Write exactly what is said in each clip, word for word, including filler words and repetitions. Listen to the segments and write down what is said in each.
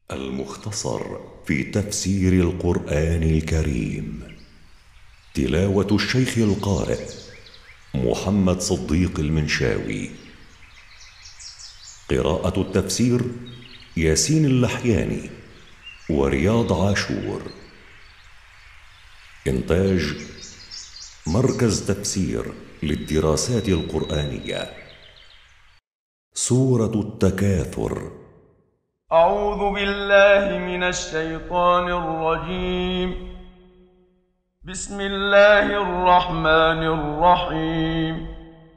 المختصر في تفسير القرآن الكريم. تلاوة الشيخ القارئ محمد صديق المنشاوي. قراءة التفسير ياسين اللحياني ورياض عاشور. إنتاج مركز تفسير للدراسات القرآنية. سورة التكاثر. أعوذ بالله من الشيطان الرجيم. بسم الله الرحمن الرحيم.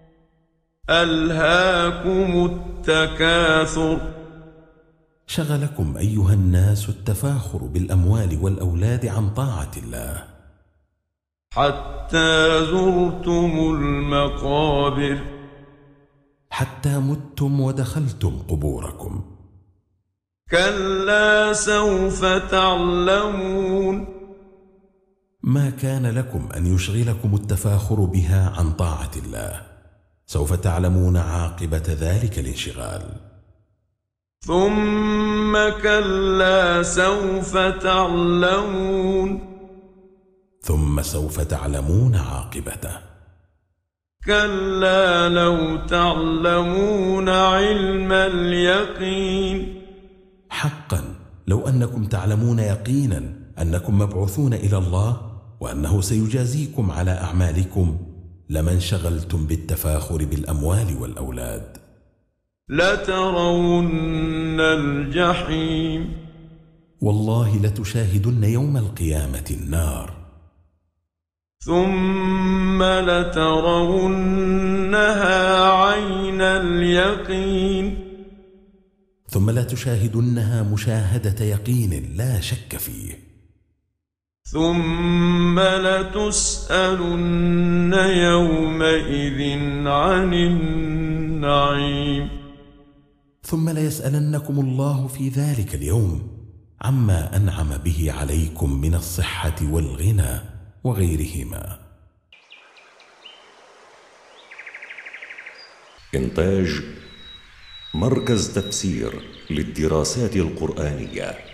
ألهاكم التكاثر. شغلكم أيها الناس التفاخر بالأموال والأولاد عن طاعة الله، حتى زرتم المقابر. حتى متم ودخلتم قبوركم. كلا سوف تعلمون. ما كان لكم أن يشغلكم التفاخر بها عن طاعة الله، سوف تعلمون عاقبة ذلك الانشغال. ثم كلا سوف تعلمون. ثم سوف تعلمون عاقبته. كلا لو تعلمون علم اليقين. حقا لو أنكم تعلمون يقينا أنكم مبعوثون إلى الله وأنه سيجازيكم على أعمالكم لما انشغلتم بالتفاخر بالأموال والأولاد. لترون الجحيم. والله لتشاهدن يوم القيامة النار. ثم لترونها عين اليقين. ثم لا تشاهدنها مشاهدة يقين لا شك فيه. ثم لتسألن يومئذ عن النعيم. ثم ليسألنكم الله في ذلك اليوم عما أنعم به عليكم من الصحة والغنى وغيرهما. إنتاج مركز تفسير للدراسات القرآنية.